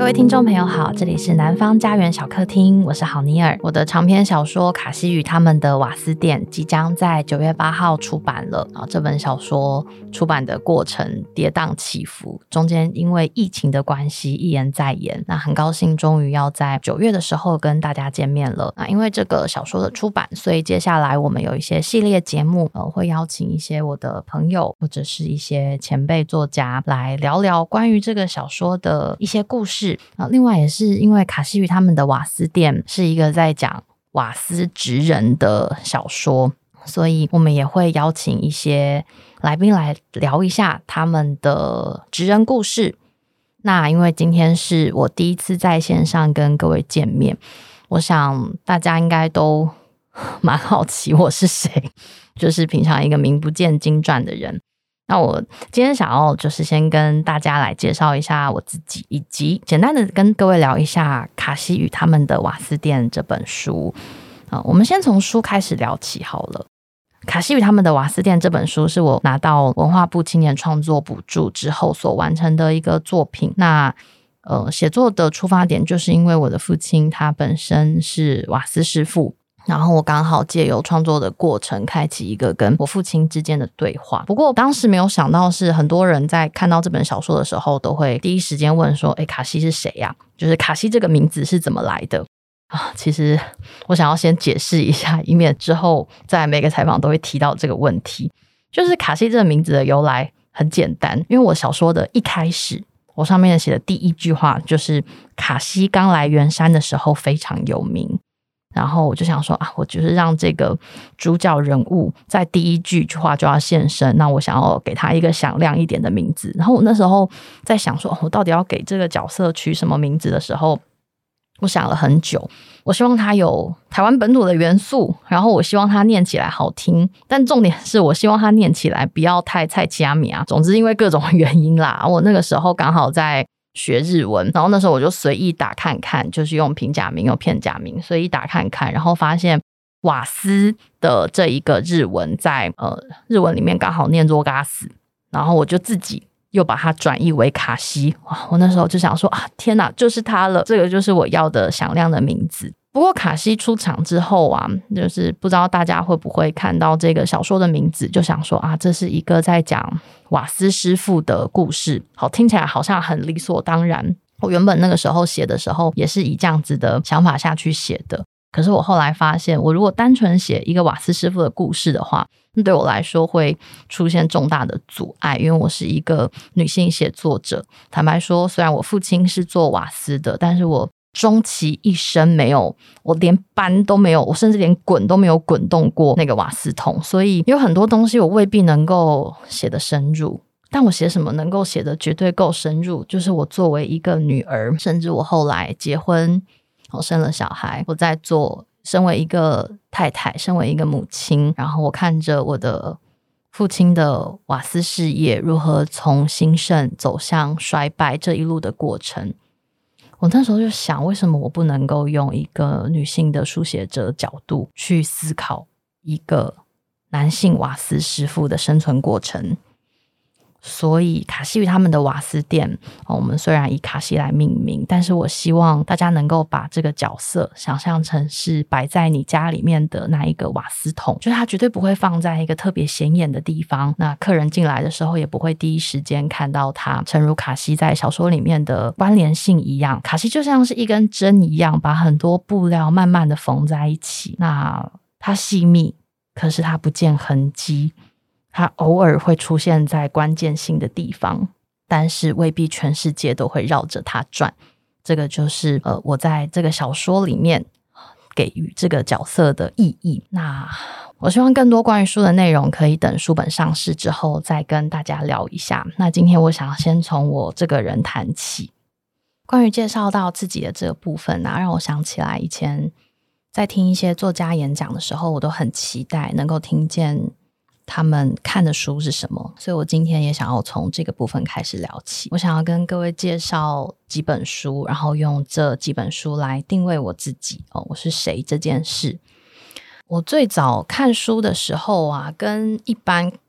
位听众朋友好，这里是南方家园小客厅，我是郝妮尔。我的长篇小说《卡西与他们的瓦斯店》即将在9月8号出版了。这本小说出版的过程跌宕起伏，中间因为疫情的关系一延再延，那很高兴终于要在9月的时候跟大家见面了。那因为这个小说的出版，所以接下来我们有一些系列节目，会邀请一些我的朋友或者是一些前辈作家来聊聊关于这个小说的一些故事。另外也是因为卡西与他们的瓦斯店是一个在讲瓦斯职人的小说，所以我们也会邀请一些来宾来聊一下他们的职人故事。那因为今天是我第一次在线上跟各位见面，我想大家应该都蛮好奇我是谁，就是平常一个名不见经传的人。那我今天想要就是先跟大家来介绍一下我自己，以及简单的跟各位聊一下《卡西与他们的瓦斯店》这本书。我们先从书开始聊起好了。《卡西与他们的瓦斯店》这本书是我拿到文化部青年创作补助之后所完成的一个作品。那写作的出发点就是因为我的父亲他本身是瓦斯师傅，然后我刚好借由创作的过程开启一个跟我父亲之间的对话。不过我当时没有想到是很多人在看到这本小说的时候都会第一时间问说卡西是谁呀？就是卡西这个名字是怎么来的其实我想要先解释一下，以免之后在每个采访都会提到这个问题。就是卡西这个名字的由来很简单，因为我小说的一开始我上面写的第一句话就是卡西刚来圆山的时候非常有名，然后我就想说我就是让这个主角人物在第一句话就要现身，那我想要给他一个响亮一点的名字。然后我那时候在想说我到底要给这个角色取什么名字的时候，我想了很久。我希望他有台湾本土的元素，然后我希望他念起来好听，但重点是我希望他念起来不要太菜奇阿米啊。总之因为各种原因啦，我那个时候刚好在学日文，然后那时候我就随意打看看，就是用平假名用片假名随意打看看，然后发现瓦斯的这一个日文在日文里面刚好念作嘎斯，然后我就自己又把它转译为卡西。我那时候就想说天哪，就是他了，这个就是我要的响亮的名字。不过卡西出场之后就是不知道大家会不会看到这个小说的名字就想说这是一个在讲瓦斯师傅的故事。好，听起来好像很理所当然，我原本那个时候写的时候也是以这样子的想法下去写的。可是我后来发现，我如果单纯写一个瓦斯师傅的故事的话，对我来说会出现重大的阻碍，因为我是一个女性写作者。坦白说，虽然我父亲是做瓦斯的，但是我终其一生没有，我连搬都没有，我甚至连滚都没有滚动过那个瓦斯桶，所以有很多东西我未必能够写得深入。但我写什么能够写得绝对够深入，就是我作为一个女儿，甚至我后来结婚我生了小孩，我在身为一个太太，身为一个母亲，然后我看着我的父亲的瓦斯事业如何从兴盛走向衰败这一路的过程。我那时候就想，为什么我不能够用一个女性的书写者角度去思考一个男性瓦斯师傅的生存过程。所以卡西与他们的瓦斯店我们虽然以卡西来命名，但是我希望大家能够把这个角色想象成是摆在你家里面的那一个瓦斯桶，就是它绝对不会放在一个特别显眼的地方，那客人进来的时候也不会第一时间看到它。诚如卡西在小说里面的关联性一样，卡西就像是一根针一样，把很多布料慢慢的缝在一起，那它细密，可是它不见痕迹，它偶尔会出现在关键性的地方，但是未必全世界都会绕着它转。这个就是我在这个小说里面给予这个角色的意义。那我希望更多关于书的内容可以等书本上市之后再跟大家聊一下。那今天我想先从我这个人谈起。关于介绍到自己的这个部分让我想起来以前在听一些作家演讲的时候，我都很期待能够听见他们看的书是什么，所以我今天也想要从这个部分开始聊起。我想要跟各位介绍几本书，然后用这几本书来定位我自己我是谁这件事。我最早看书的时候跟一般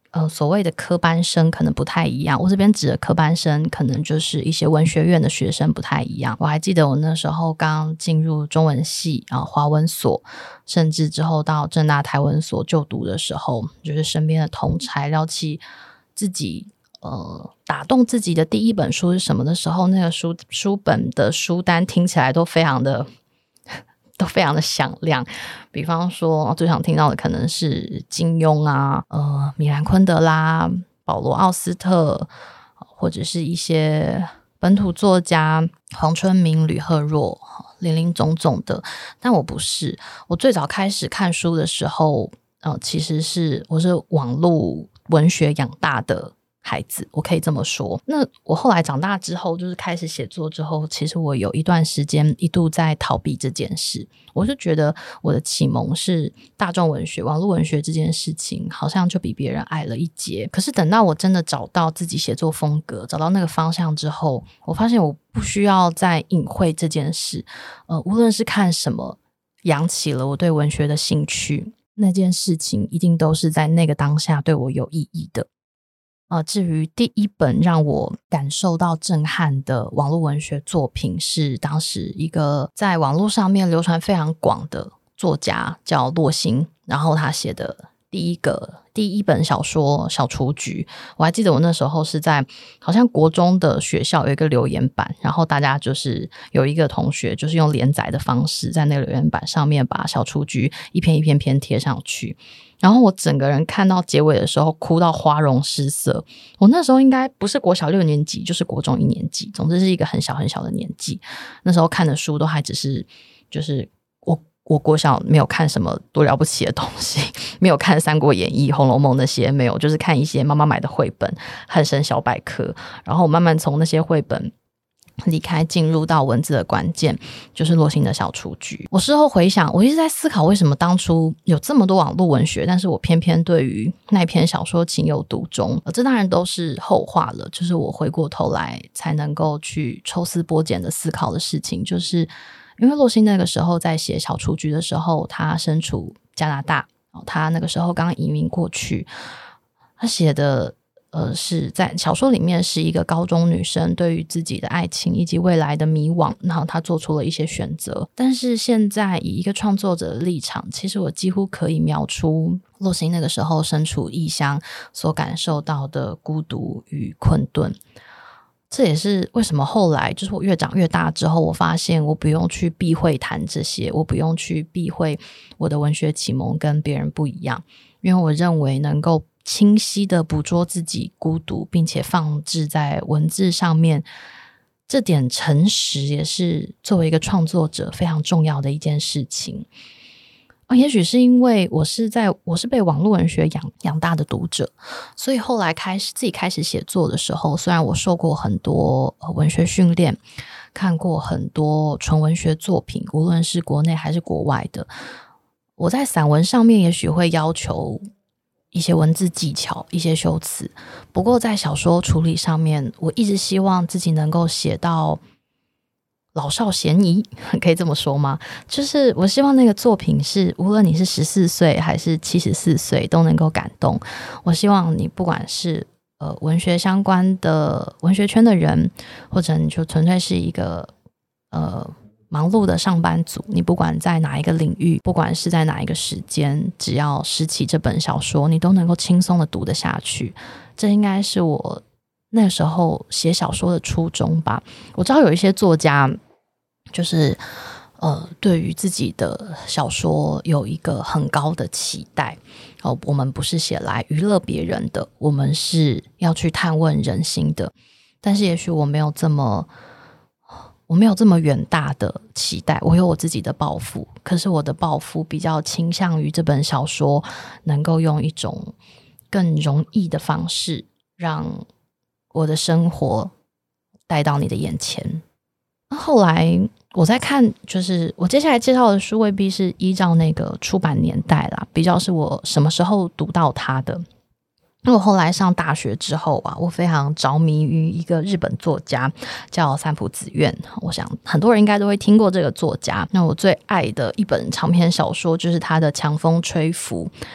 所谓的科班生可能不太一样，我这边指的科班生可能就是一些文学院的学生不太一样。我还记得我那时候刚进入中文系华文所，甚至之后到政大台文所就读的时候，就是身边的同侪聊起自己打动自己的第一本书是什么的时候，那个书本的书单听起来都非常的响亮。比方说最常听到的可能是金庸啊，米兰昆德拉、保罗奥斯特，或者是一些本土作家黄春明、吕赫若，林林总总的。但我不是，我最早开始看书的时候其实我是网络文学养大的孩子，我可以这么说。那我后来长大之后，就是开始写作之后，其实我有一段时间一度在逃避这件事。我是觉得我的启蒙是大众文学、网络文学这件事情，好像就比别人矮了一截。可是等到我真的找到自己写作风格，找到那个方向之后，我发现我不需要再隐晦这件事。无论是看什么养起了我对文学的兴趣，那件事情一定都是在那个当下对我有意义的。至于第一本让我感受到震撼的网络文学作品，是当时一个在网络上面流传非常广的作家叫洛心，然后他写的第一本小说《小雏菊》。我还记得我那时候是在好像国中的学校有一个留言板，然后大家就是有一个同学就是用连载的方式在那个留言板上面把小雏菊一篇一篇篇贴上去，然后我整个人看到结尾的时候哭到花容失色。我那时候应该不是国小6年级就是国中1年级，总之是一个很小很小的年纪。那时候看的书都还只是就是我国小没有看什么多了不起的东西，没有看《三国演义》《红楼梦》那些，没有，就是看一些妈妈买的绘本、汉声小百科，然后我慢慢从那些绘本离开，进入到文字的关键，就是洛心的小雏菊。我事后回想，我一直在思考为什么当初有这么多网络文学，但是我偏偏对于那篇小说情有独钟。这当然都是后话了，就是我回过头来才能够去抽丝剥茧的思考的事情。就是因为洛心那个时候在写小雏菊的时候，他身处加拿大，他那个时候刚移民过去，他写的是在小说里面是一个高中女生对于自己的爱情以及未来的迷惘，然后她做出了一些选择。但是现在以一个创作者的立场，其实我几乎可以描出洛心那个时候身处异乡所感受到的孤独与困顿。这也是为什么后来就是我越长越大之后，我发现我不用去避讳谈这些，我不用去避讳我的文学启蒙跟别人不一样，因为我认为能够清晰的捕捉自己孤独并且放置在文字上面，这点诚实也是作为一个创作者非常重要的一件事情。也许是因为我是被网络文学养大的读者，所以后来自己开始写作的时候，虽然我受过很多文学训练，看过很多纯文学作品，无论是国内还是国外的，我在散文上面也许会要求一些文字技巧，一些修辞，不过在小说处理上面，我一直希望自己能够写到老少咸宜，可以这么说吗？就是我希望那个作品是无论你是14岁还是74岁都能够感动。我希望你不管是文学相关的文学圈的人，或者你就纯粹是一个忙碌的上班族，你不管在哪一个领域，不管是在哪一个时间，只要拾起这本小说，你都能够轻松的读得下去。这应该是我那时候写小说的初衷吧。我知道有一些作家就是对于自己的小说有一个很高的期待，我们不是写来娱乐别人的，我们是要去探问人心的。但是也许我没有这么远大的期待，我有我自己的抱负，可是我的抱负比较倾向于这本小说能够用一种更容易的方式让我的生活带到你的眼前。后来我在看，就是我接下来介绍的书未必是依照那个出版年代啦，比较是我什么时候读到它的。因为我后来上大学之后啊，我非常着迷于一个日本作家叫三浦紫苑，我想很多人应该都会听过这个作家。那我最爱的一本长篇小说就是他的《强风吹拂》。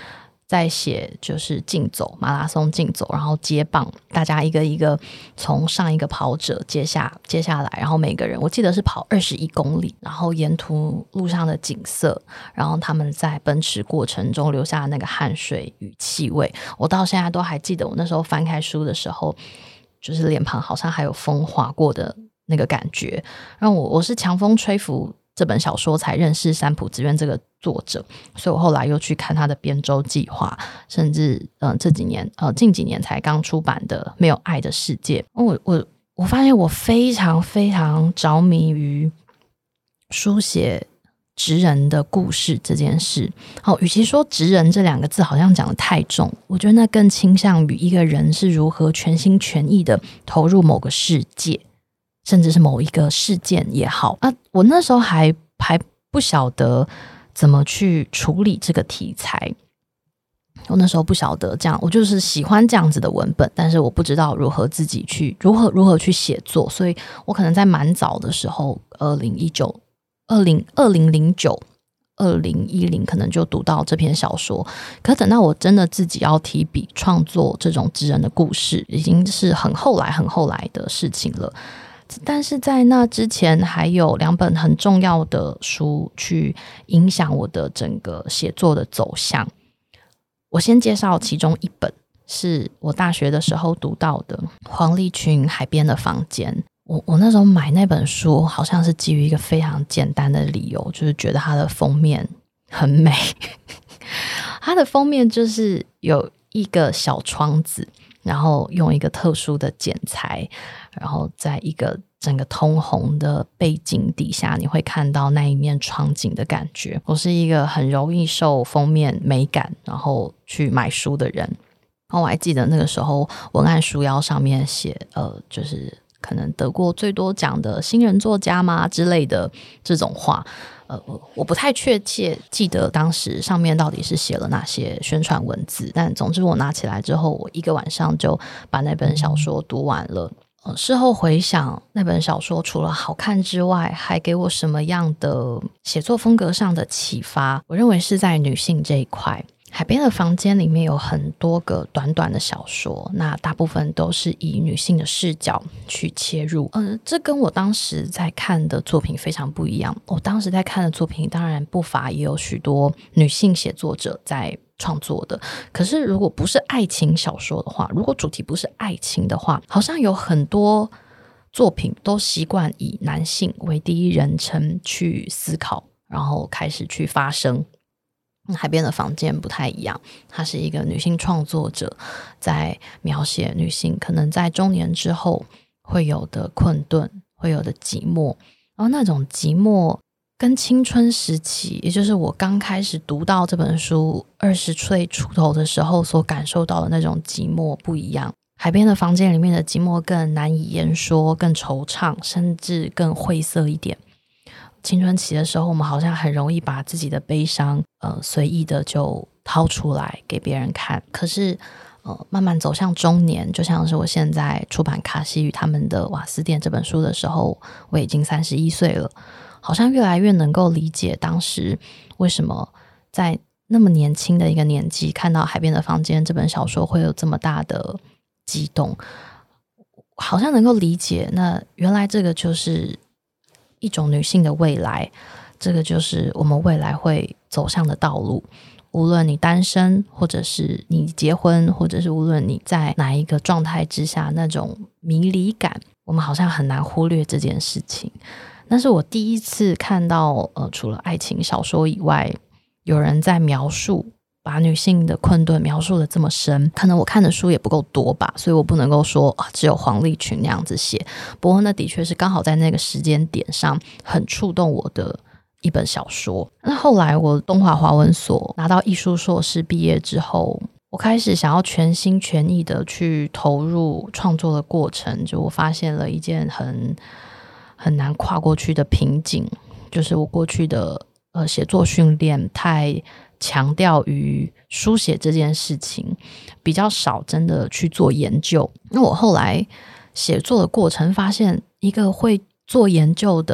在写就是竞走马拉松竞走，然后接棒，大家一个一个从上一个跑者接下来，然后每个人我记得是跑21公里，然后沿途路上的景色，然后他们在奔驰过程中留下的那个汗水与气味，我到现在都还记得。我那时候翻开书的时候，就是脸庞好像还有风划过的那个感觉。然后我是强风吹拂这本小说才认识山浦紫苑这个作者，所以我后来又去看他的编舟计划，甚至近几年才刚出版的《没有爱的世界》。我发现我非常非常着迷于书写职人的故事这件事。与其说职人这2个字好像讲得太重，我觉得那更倾向于一个人是如何全心全意的投入某个世界，甚至是某一个事件也好我那时候还不晓得怎么去处理这个题材。我那时候不晓得这样，我就是喜欢这样子的文本，但是我不知道如何自己去如何去写作，所以我可能在蛮早的时候2010可能就读到这篇小说，可等到我真的自己要提笔创作这种职人的故事，已经是很后来的事情了。但是在那之前还有2本很重要的书去影响我的整个写作的走向。我先介绍其中一本，是我大学的时候读到的黄立群《海边的房间》。我那时候买那本书好像是基于一个非常简单的理由，就是觉得它的封面很美它的封面就是有一个小窗子，然后用一个特殊的剪裁，然后在一个整个通红的背景底下，你会看到那一面窗景的感觉。我是一个很容易受封面美感然后去买书的人。然后我还记得那个时候文案书腰上面写就是可能得过最多奖的新人作家吗之类的这种话。我不太确切记得当时上面到底是写了哪些宣传文字，但总之我拿起来之后，我一个晚上就把那本小说读完了。事后回想，那本小说除了好看之外，还给我什么样的写作风格上的启发？我认为是在女性这一块。海边的房间里面有很多个短短的小说，那大部分都是以女性的视角去切入。这跟我当时在看的作品非常不一样。我当时在看的作品当然不乏也有许多女性写作者在创作的，可是如果不是爱情小说的话，如果主题不是爱情的话，好像有很多作品都习惯以男性为第一人称去思考，然后开始去发声。海边的房间不太一样，它是一个女性创作者在描写女性可能在中年之后会有的困顿，会有的寂寞。然后那种寂寞跟青春时期，也就是我刚开始读到这本书20岁出头的时候所感受到的那种寂寞不一样。海边的房间里面的寂寞更难以言说，更惆怅，甚至更晦涩一点。青春期的时候，我们好像很容易把自己的悲伤随意的就掏出来给别人看。可是慢慢走向中年，就像是我现在出版卡西与他们的瓦斯店这本书的时候，我已经31岁了，好像越来越能够理解当时为什么在那么年轻的一个年纪看到海边的房间这本小说会有这么大的激动，好像能够理解那原来这个就是一种女性的未来，这个就是我们未来会走向的道路。无论你单身，或者是你结婚，或者是无论你在哪一个状态之下，那种迷离感，我们好像很难忽略这件事情。那是我第一次看到除了爱情小说以外，有人在描述把女性的困顿描述的这么深。可能我看的书也不够多吧，所以我不能够说只有黄立群那样子写。不过那的确是刚好在那个时间点上很触动我的一本小说。那后来我东华华文所拿到艺术硕士毕业之后，我开始想要全心全意的去投入创作的过程，就我发现了一件很难跨过去的瓶颈，就是我过去的写作训练太强调于书写这件事情，比较少真的去做研究。那我后来写作的过程发现，一个会做研究的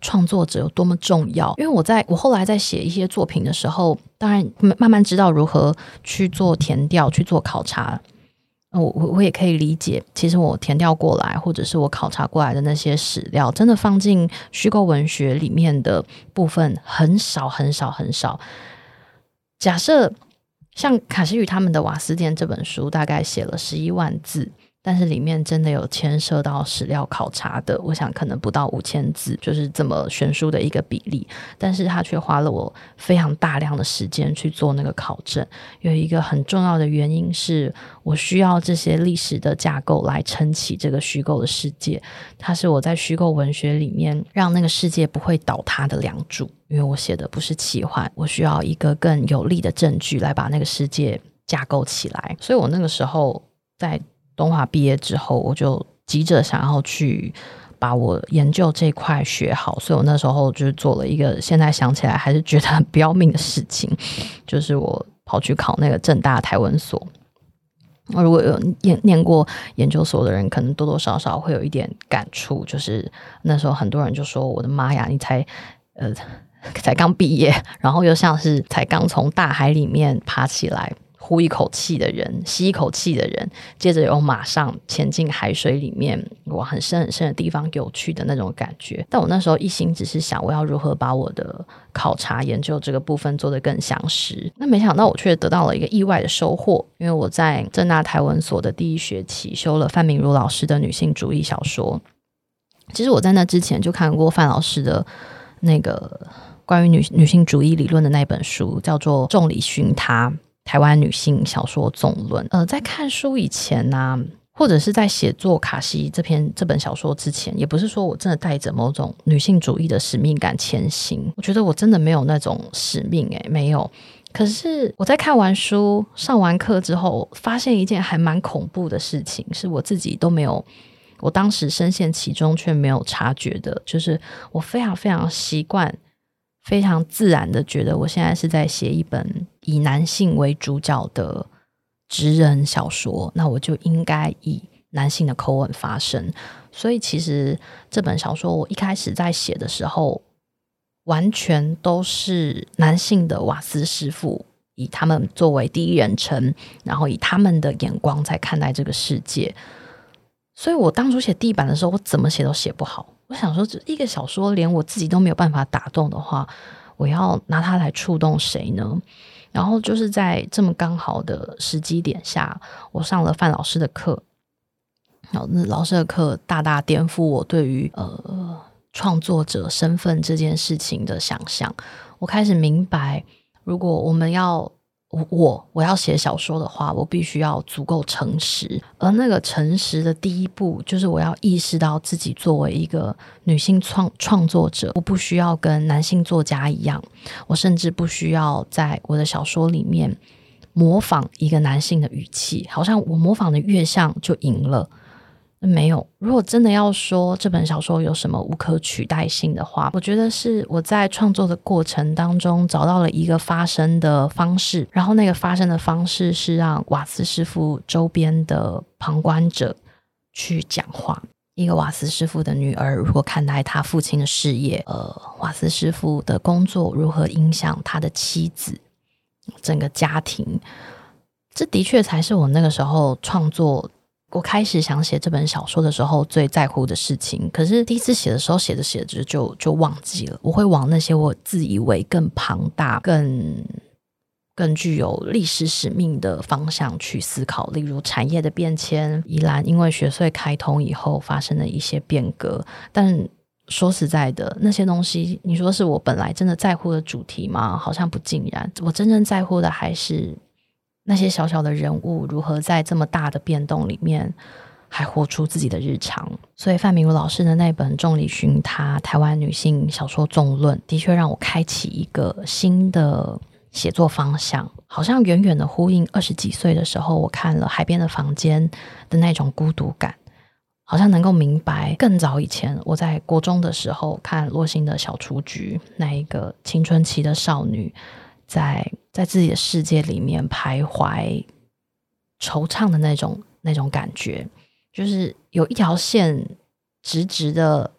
创作者有多么重要。因为我后来在写一些作品的时候，当然慢慢知道如何去做田调，去做考察。我也可以理解，其实我田调过来或者是我考察过来的那些史料，真的放进虚构文学里面的部分很少很少很少。假设像卡西语他们的瓦斯店这本书大概写了11万字，但是里面真的有牵涉到史料考察的，我想可能不到5000字，就是这么悬殊的一个比例，但是他却花了我非常大量的时间去做那个考证。有一个很重要的原因是我需要这些历史的架构来撑起这个虚构的世界，它是我在虚构文学里面让那个世界不会倒塌的梁柱。因为我写的不是奇幻，我需要一个更有力的证据来把那个世界架构起来。所以我那个时候在东华毕业之后，我就急着想要去把我研究这块学好，所以我那时候就是做了一个现在想起来还是觉得很不要命的事情，就是我跑去考那个政大台文所。如果有念过研究所的人，可能多多少少会有一点感触，就是那时候很多人就说我的妈呀，你才刚毕业，然后又像是才刚从大海里面爬起来呼一口气的人，吸一口气的人，接着又马上潜进海水里面往很深很深的地方游去的那种感觉。但我那时候一心只是想我要如何把我的考察研究这个部分做得更详实，那没想到我却得到了一个意外的收获。因为我在政大台文所的第1学期修了范明如老师的女性主义小说。其实我在那之前就看过范老师的那个关于女性主义理论的那本书，叫做《众里寻他台湾女性小说纵论》。在看书以前啊，或者是在写作卡西这本小说之前，也不是说我真的带着某种女性主义的使命感前行，我觉得我真的没有那种使命，没有。可是我在看完书上完课之后，发现一件还蛮恐怖的事情，是我自己都没有，我当时深陷其中却没有察觉的，就是我非常非常习惯非常自然的觉得我现在是在写一本以男性为主角的职人小说，那我就应该以男性的口吻发声。所以其实这本小说我一开始在写的时候，完全都是男性的瓦斯师傅，以他们作为第一人称，然后以他们的眼光在看待这个世界。所以我当初写第1版的时候，我怎么写都写不好。我想说这一个小说连我自己都没有办法打动的话，我要拿它来触动谁呢？然后就是在这么刚好的时机点下，我上了范老师的课。那老师的课大大颠覆我对于创作者身份这件事情的想象。我开始明白，如果我们要我要写小说的话，我必须要足够诚实，而那个诚实的第一步就是我要意识到自己作为一个女性创作者，我不需要跟男性作家一样，我甚至不需要在我的小说里面模仿一个男性的语气，好像我模仿的越像就赢了。没有，如果真的要说这本小说有什么无可取代性的话，我觉得是我在创作的过程当中找到了一个发声的方式，然后那个发声的方式是让瓦斯师傅周边的旁观者去讲话。一个瓦斯师傅的女儿如何看待他父亲的事业，瓦斯师傅的工作如何影响他的妻子，整个家庭，这的确才是我那个时候创作，我开始想写这本小说的时候最在乎的事情。可是第一次写的时候，写着写着就忘记了，我会往那些我自以为更庞大更具有历史使命的方向去思考，例如产业的变迁，宜兰因为雪隧开通以后发生了一些变革。但说实在的，那些东西你说是我本来真的在乎的主题吗？好像不尽然。我真正在乎的还是那些小小的人物如何在这么大的变动里面还活出自己的日常。所以范明如老师的那本《众里寻他台湾女性小说纵论》的确让我开启一个新的写作方向，好像远远的呼应20几岁的时候我看了《海边的房间》的那种孤独感，好像能够明白更早以前我在国中的时候看洛心的小雏菊，那一个青春期的少女在自己的世界里面徘徊惆怅的那种感觉，就是有一条线直直的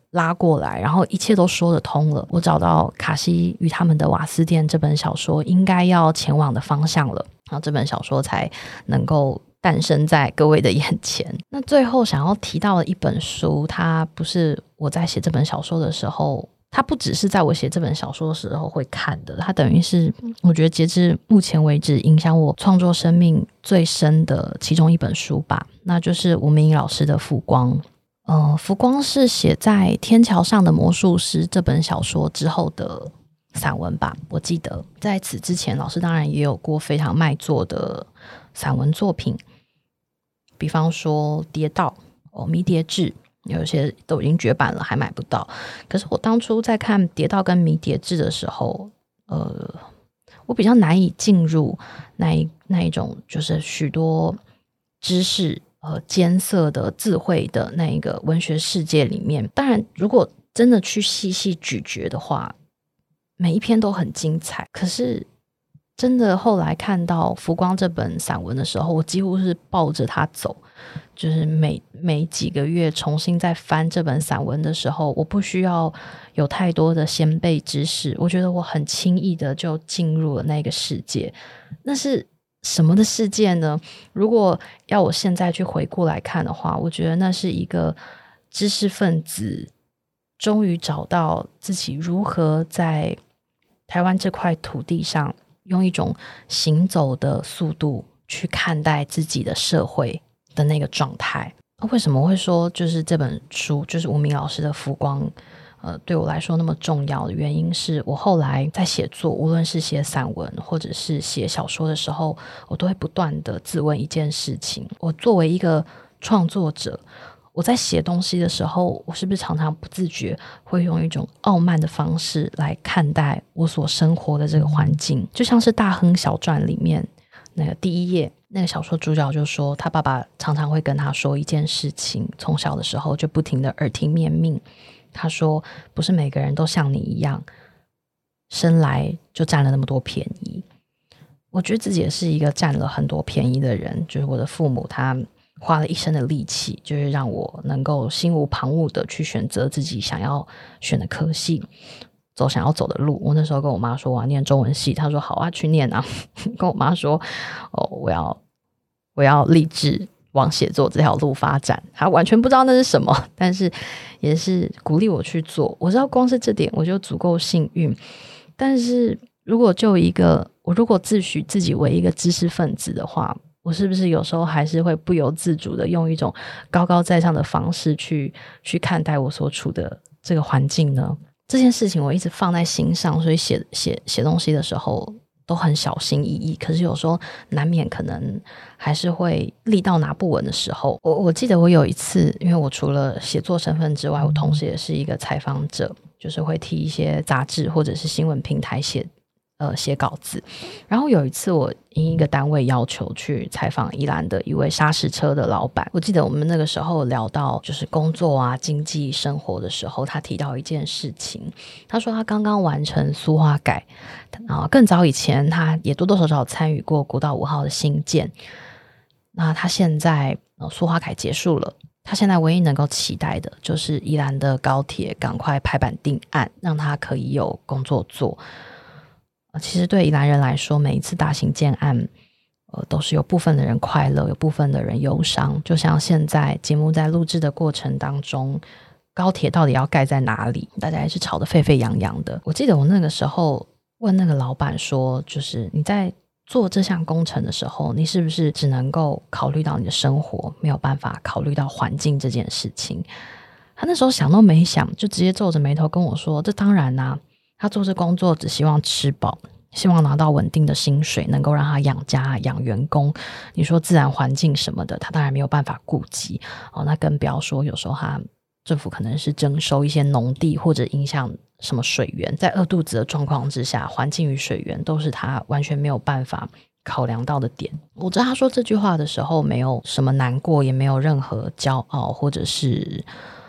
拉过来，然后一切都说得通了，我找到卡西与他们的瓦斯店这本小说应该要前往的方向了，然后这本小说才能够诞生在各位的眼前。那最后想要提到的一本书，它不是我在写这本小说的时候，它不只是在我写这本小说的时候会看的，它等于是我觉得截至目前为止影响我创作生命最深的其中一本书吧，那就是吴明益老师的《浮光》。浮光是写在《天桥上的魔术师》这本小说之后的散文吧，我记得在此之前老师当然也有过非常卖座的散文作品，比方说《跌道》迷迭志，有些都已经绝版了还买不到，可是我当初在看《跌道》跟《迷迭志》的时候我比较难以进入那一种就是许多知识艰涩的智慧的那一个文学世界里面。当然如果真的去细细咀嚼的话，每一篇都很精彩，可是真的后来看到《浮光》这本散文的时候，我几乎是抱着它走，就是每几个月重新再翻这本散文的时候，我不需要有太多的先辈知识，我觉得我很轻易的就进入了那个世界。那是什么的世界呢？如果要我现在去回顾来看的话，我觉得那是一个知识分子终于找到自己如何在台湾这块土地上用一种行走的速度去看待自己的社会的那个状态。为什么会说就是这本书就是吴明老师的《浮光》对我来说那么重要的原因是，我后来在写作，无论是写散文或者是写小说的时候，我都会不断的自问一件事情：我作为一个创作者，我在写东西的时候，我是不是常常不自觉会用一种傲慢的方式来看待我所生活的这个环境？就像是《大亨小传》里面那个第一页，那个小说主角就说他爸爸常常会跟他说一件事情，从小的时候就不停的耳听面命。他说不是每个人都像你一样生来就占了那么多便宜。我觉得自己也是一个占了很多便宜的人，就是我的父母他花了一生的力气，就是让我能够心无旁骛的去选择自己想要选的科系，走想要走的路。我那时候跟我妈说我要念中文系，她说好啊，去念啊。跟我妈说我要立志往写作这条路发展，她完全不知道那是什么，但是也是鼓励我去做。我知道光是这点我就足够幸运，但是如果我如果自诩自己为一个知识分子的话，我是不是有时候还是会不由自主的用一种高高在上的方式去看待我所处的这个环境呢？这件事情我一直放在心上，所以写东西的时候都很小心翼翼，可是有时候难免可能还是会力道拿不稳的时候。我记得我有一次，因为我除了写作身份之外，我同时也是一个采访者，就是会替一些杂志或者是新闻平台写稿子。然后有一次我因一个单位要求去采访宜兰的一位砂石车的老板，我记得我们那个时候聊到就是工作啊经济生活的时候，他提到一件事情，他说他刚刚完成苏花改，更早以前他也多多少少参与过国道5号的兴建。那他现在苏花改结束了，他现在唯一能够期待的就是宜兰的高铁赶快拍板定案，让他可以有工作做。其实对宜兰人来说，每一次大型建案都是有部分的人快乐，有部分的人忧伤。就像现在节目在录制的过程当中，高铁到底要盖在哪里，大家也是吵得沸沸扬扬的。我记得我那个时候问那个老板说，就是你在做这项工程的时候，你是不是只能够考虑到你的生活，没有办法考虑到环境这件事情？他那时候想都没想，就直接皱着眉头跟我说，这当然啊，他做这工作只希望吃饱，希望拿到稳定的薪水，能够让他养家养员工。你说自然环境什么的，他当然没有办法顾及那更不要说有时候政府可能是征收一些农地，或者影响什么水源，在饿肚子的状况之下，环境与水源都是他完全没有办法考量到的点。我知道他说这句话的时候没有什么难过，也没有任何骄傲，或者是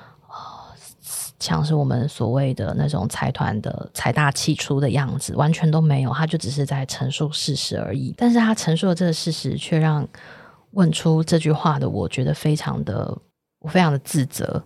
像是我们所谓的那种财团的财大气粗的样子，完全都没有，他就只是在陈述事实而已。但是他陈述的这个事实却让问出这句话的我觉得我非常的自责。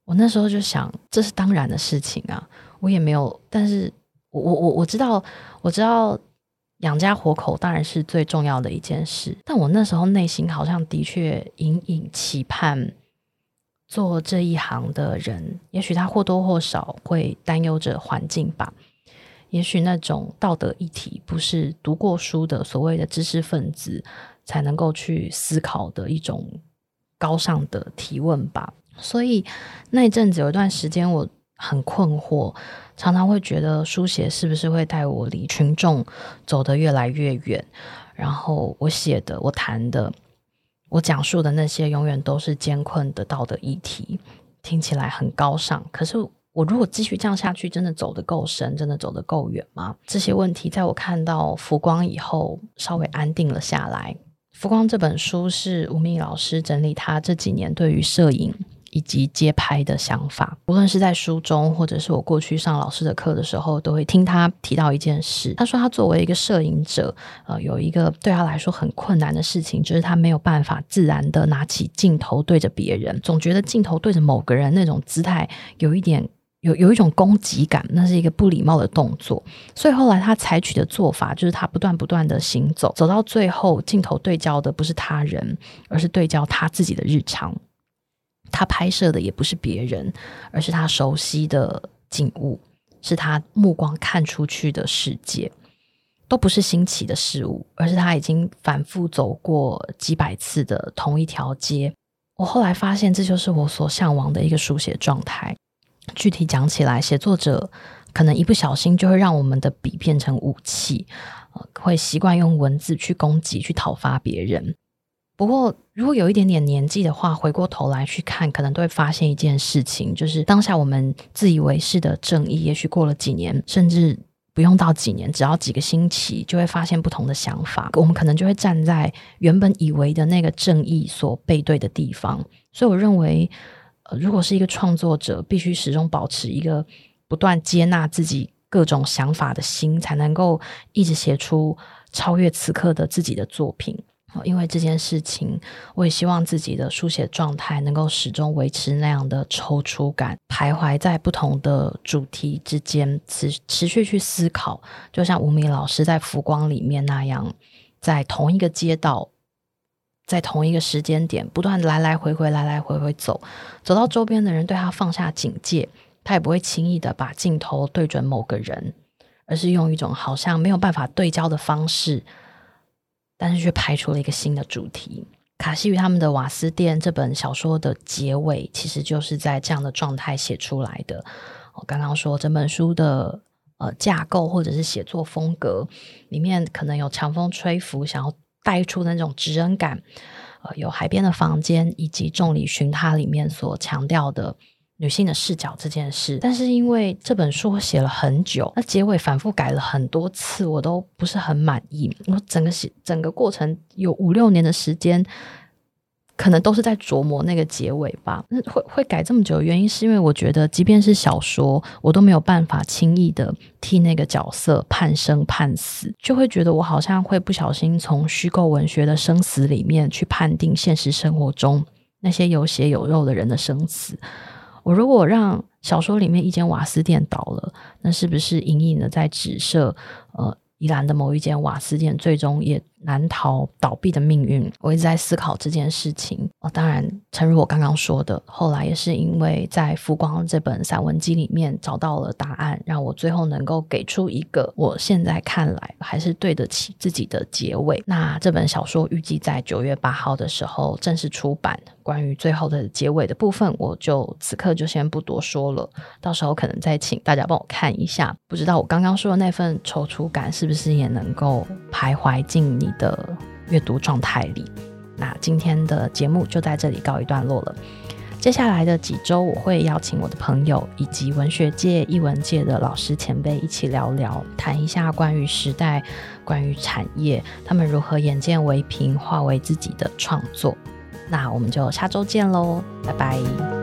我那时候就想，这是当然的事情啊，我也没有，但是我知道养家活口当然是最重要的一件事，但我那时候内心好像的确隐隐期盼做这一行的人，也许他或多或少会担忧着环境吧，也许那种道德议题不是读过书的所谓的知识分子才能够去思考的一种高尚的提问吧。所以那一阵子有一段时间我很困惑，常常会觉得书写是不是会带我离群众走得越来越远，然后我写的我谈的我讲述的那些永远都是艰困的道德议题，听起来很高尚，可是我如果继续这样下去，真的走得够深，真的走得够远吗？这些问题在我看到《浮光》以后稍微安定了下来。《浮光》这本书是吴明益老师整理他这几年对于摄影以及街拍的想法，无论是在书中或者是我过去上老师的课的时候，都会听他提到一件事。他说他作为一个摄影者，有一个对他来说很困难的事情，就是他没有办法自然的拿起镜头对着别人，总觉得镜头对着某个人那种姿态有一种攻击感，那是一个不礼貌的动作。所以后来他采取的做法就是他不断的行走，走到最后镜头对焦的不是他人，而是对焦他自己的日常。他拍摄的也不是别人，而是他熟悉的景物，是他目光看出去的世界，都不是新奇的事物，而是他已经反复走过几百次的同一条街。我后来发现这就是我所向往的一个书写状态。具体讲起来，写作者可能一不小心就会让我们的笔变成武器，会习惯用文字去攻击，去讨伐别人。不过如果有一点点年纪的话，回过头来去看，可能都会发现一件事情，就是当下我们自以为是的正义，也许过了几年，甚至不用到几年，只要几个星期，就会发现不同的想法。我们可能就会站在原本以为的那个正义所背对的地方。所以我认为如果是一个创作者，必须始终保持一个不断接纳自己各种想法的心，才能够一直写出超越此刻的自己的作品。因为这件事情，我也希望自己的书写状态能够始终维持那样的踌躇感，徘徊在不同的主题之间，持续去思考，就像吴明老师在《浮光》里面那样，在同一个街道，在同一个时间点不断来来回回走到周边的人对他放下警戒，他也不会轻易的把镜头对准某个人，而是用一种好像没有办法对焦的方式，但是却拍出了一个新的主题。卡西与他们的瓦斯店这本小说的结尾其实就是在这样的状态写出来的。我刚刚说整本书的架构或者是写作风格里面可能有强风吹拂，想要带出那种职人感，有海边的房间，以及众里寻他里面所强调的女性的视角这件事。但是因为这本书我写了很久，那结尾反复改了很多次，我都不是很满意。我整个过程有5-6年的时间，可能都是在琢磨那个结尾吧。会改这么久的原因是因为我觉得即便是小说，我都没有办法轻易的替那个角色判生判死，就会觉得我好像会不小心从虚构文学的生死里面去判定现实生活中那些有血有肉的人的生死。我如果让小说里面一间瓦斯店倒了，那是不是隐隐的在指涉宜兰的某一间瓦斯店最终也难逃倒闭的命运？我一直在思考这件事情。当然诚如我刚刚说的，后来也是因为在《浮光》这本散文集里面找到了答案，让我最后能够给出一个我现在看来还是对得起自己的结尾。那这本小说预计在9月8号的时候正式出版，关于最后的结尾的部分，我就此刻就先不多说了，到时候可能再请大家帮我看一下。不知道我刚刚说的那份踌躇感是不是也能够徘徊进你的阅读状态里。那今天的节目就在这里告一段落了。接下来的几周，我会邀请我的朋友以及文学界、艺文界的老师前辈一起聊聊，谈一下关于时代、关于产业，他们如何眼见为凭，化为自己的创作。那我们就下周见咯，拜拜。